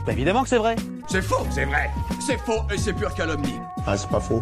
Bah évidemment que c'est vrai. C'est faux, c'est vrai. C'est faux et c'est pure calomnie. Ah, c'est pas faux.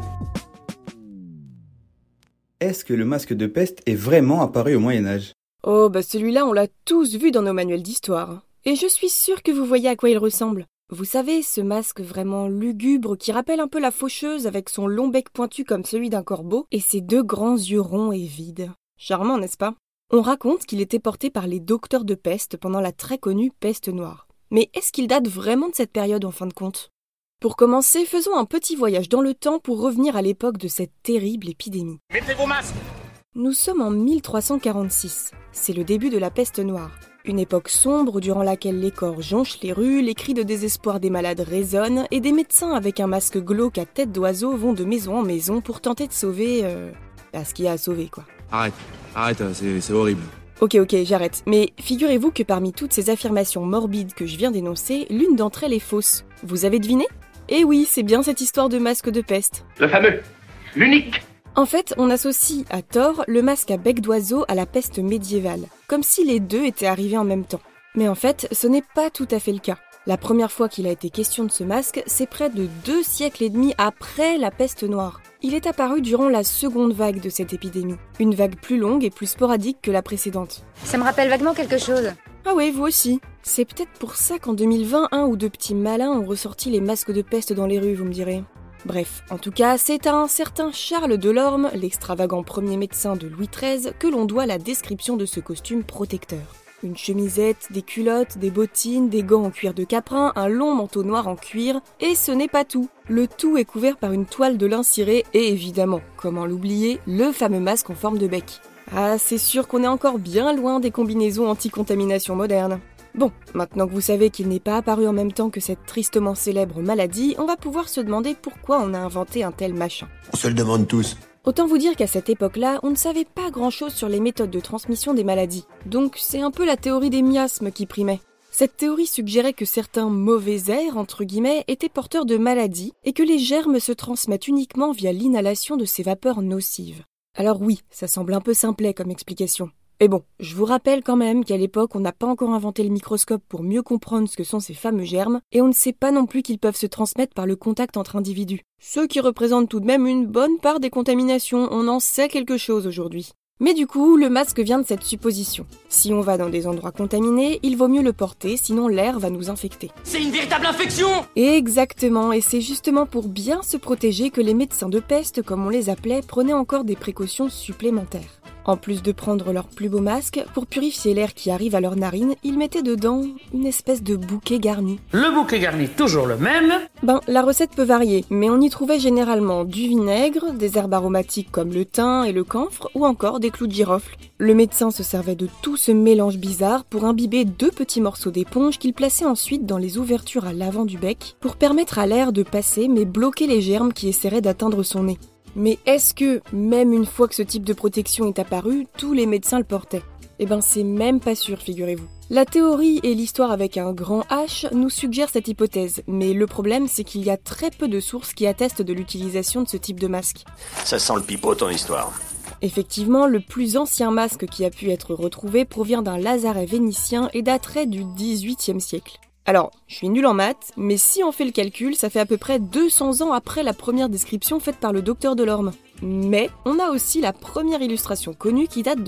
Est-ce que le masque de peste est vraiment apparu au Moyen-Âge ? Oh, bah celui-là, on l'a tous vu dans nos manuels d'histoire. Et je suis sûre que vous voyez à quoi il ressemble. Vous savez, ce masque vraiment lugubre qui rappelle un peu la faucheuse avec son long bec pointu comme celui d'un corbeau et ses deux grands yeux ronds et vides. Charmant, n'est-ce pas ? On raconte qu'il était porté par les docteurs de peste pendant la très connue peste noire. Mais est-ce qu'il date vraiment de cette période en fin de compte ? Pour commencer, faisons un petit voyage dans le temps pour revenir à l'époque de cette terrible épidémie. Mettez vos masques. Nous sommes en 1346. C'est le début de la peste noire. Une époque sombre durant laquelle les corps jonchent les rues, les cris de désespoir des malades résonnent et des médecins avec un masque glauque à tête d'oiseau vont de maison en maison pour tenter de sauver... ce qu'il y a à sauver, quoi. Arrête, c'est horrible. Ok, j'arrête. Mais figurez-vous que parmi toutes ces affirmations morbides que je viens d'énoncer, l'une d'entre elles est fausse. Vous avez deviné ? Eh oui, c'est bien cette histoire de masque de peste. Le fameux, l'unique. En fait, on associe, à tort, le masque à bec d'oiseau à la peste médiévale, comme si les deux étaient arrivés en même temps. Mais en fait, ce n'est pas tout à fait le cas. La première fois qu'il a été question de ce masque, c'est près de 2 siècles et demi après la peste noire. Il est apparu durant la seconde vague de cette épidémie, une vague plus longue et plus sporadique que la précédente. Ça me rappelle vaguement quelque chose. Ah oui, vous aussi. C'est peut-être pour ça qu'en 2020, un ou deux petits malins ont ressorti les masques de peste dans les rues, vous me direz. Bref, en tout cas, c'est à un certain Charles Delorme, l'extravagant premier médecin de Louis XIII, que l'on doit la description de ce costume protecteur. Une chemisette, des culottes, des bottines, des gants en cuir de caprin, un long manteau noir en cuir, et ce n'est pas tout. Le tout est couvert par une toile de lin ciré et évidemment, comment l'oublier, le fameux masque en forme de bec. Ah, c'est sûr qu'on est encore bien loin des combinaisons anti-contamination modernes. Bon, maintenant que vous savez qu'il n'est pas apparu en même temps que cette tristement célèbre maladie, on va pouvoir se demander pourquoi on a inventé un tel machin. On se le demande tous. Autant vous dire qu'à cette époque-là, on ne savait pas grand-chose sur les méthodes de transmission des maladies. Donc c'est un peu la théorie des miasmes qui primait. Cette théorie suggérait que certains mauvais airs, entre guillemets, étaient porteurs de maladies et que les germes se transmettent uniquement via l'inhalation de ces vapeurs nocives. Alors oui, ça semble un peu simplet comme explication. Mais bon, je vous rappelle quand même qu'à l'époque, on n'a pas encore inventé le microscope pour mieux comprendre ce que sont ces fameux germes, et on ne sait pas non plus qu'ils peuvent se transmettre par le contact entre individus. Ce qui représente tout de même une bonne part des contaminations, on en sait quelque chose aujourd'hui. Mais du coup, le masque vient de cette supposition. Si on va dans des endroits contaminés, il vaut mieux le porter, sinon l'air va nous infecter. C'est une véritable infection. Exactement, et c'est justement pour bien se protéger que les médecins de peste, comme on les appelait, prenaient encore des précautions supplémentaires. En plus de prendre leur plus beau masque, pour purifier l'air qui arrive à leurs narines, ils mettaient dedans une espèce de bouquet garni. Le bouquet garni, toujours le même. La recette peut varier, mais on y trouvait généralement du vinaigre, des herbes aromatiques comme le thym et le camphre, ou encore des clous de girofle. Le médecin se servait de tout ce mélange bizarre pour imbiber 2 petits morceaux d'éponge qu'il plaçait ensuite dans les ouvertures à l'avant du bec, pour permettre à l'air de passer mais bloquer les germes qui essaieraient d'atteindre son nez. Mais est-ce que, même une fois que ce type de protection est apparu, tous les médecins le portaient ? C'est même pas sûr, figurez-vous. La théorie et l'histoire avec un grand H nous suggèrent cette hypothèse, mais le problème c'est qu'il y a très peu de sources qui attestent de l'utilisation de ce type de masque. Ça sent le pipeau ton histoire. Effectivement, le plus ancien masque qui a pu être retrouvé provient d'un lazaret vénitien et daterait du XVIIIe siècle. Alors, je suis nulle en maths, mais si on fait le calcul, ça fait à peu près 200 ans après la première description faite par le docteur Delorme. Mais on a aussi la première illustration connue qui date de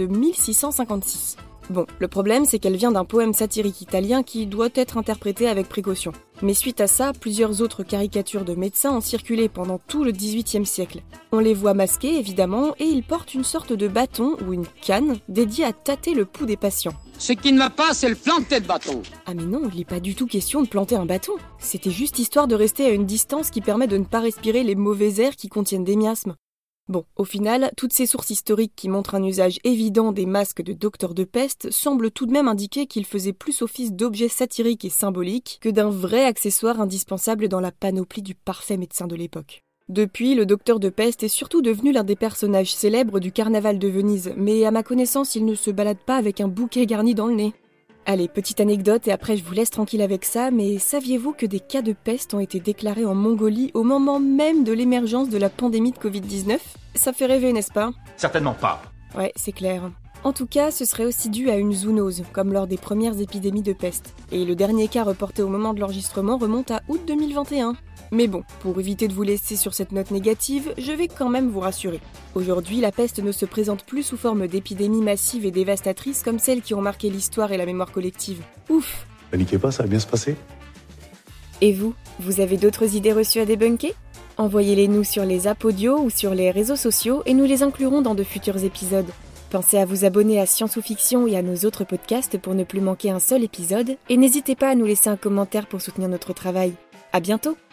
1656. Bon, le problème c'est qu'elle vient d'un poème satirique italien qui doit être interprété avec précaution. Mais suite à ça, plusieurs autres caricatures de médecins ont circulé pendant tout le XVIIIe siècle. On les voit masqués évidemment et ils portent une sorte de bâton ou une canne dédiée à tâter le pouls des patients. Ce qui ne va pas, c'est le flanc de tête bâton. Ah mais non, il n'est pas du tout question de planter un bâton. C'était juste histoire de rester à une distance qui permet de ne pas respirer les mauvais airs qui contiennent des miasmes. Bon, au final, toutes ces sources historiques qui montrent un usage évident des masques de docteurs de peste semblent tout de même indiquer qu'ils faisaient plus office d'objets satiriques et symboliques que d'un vrai accessoire indispensable dans la panoplie du parfait médecin de l'époque. Depuis, le docteur de peste est surtout devenu l'un des personnages célèbres du carnaval de Venise, mais à ma connaissance, il ne se balade pas avec un bouquet garni dans le nez. Allez, petite anecdote et après je vous laisse tranquille avec ça, mais saviez-vous que des cas de peste ont été déclarés en Mongolie au moment même de l'émergence de la pandémie de Covid-19 ? Ça fait rêver, n'est-ce pas ? Certainement pas. Ouais, c'est clair. En tout cas, ce serait aussi dû à une zoonose, comme lors des premières épidémies de peste. Et le dernier cas reporté au moment de l'enregistrement remonte à août 2021. Mais bon, pour éviter de vous laisser sur cette note négative, je vais quand même vous rassurer. Aujourd'hui, la peste ne se présente plus sous forme d'épidémies massives et dévastatrices comme celles qui ont marqué l'histoire et la mémoire collective. Ouf! Paniquez pas, ça va bien se passer. Et vous avez d'autres idées reçues à débunker? Envoyez-les nous sur les apps audio ou sur les réseaux sociaux et nous les inclurons dans de futurs épisodes. Pensez à vous abonner à Science ou Fiction et à nos autres podcasts pour ne plus manquer un seul épisode, et n'hésitez pas à nous laisser un commentaire pour soutenir notre travail. À bientôt!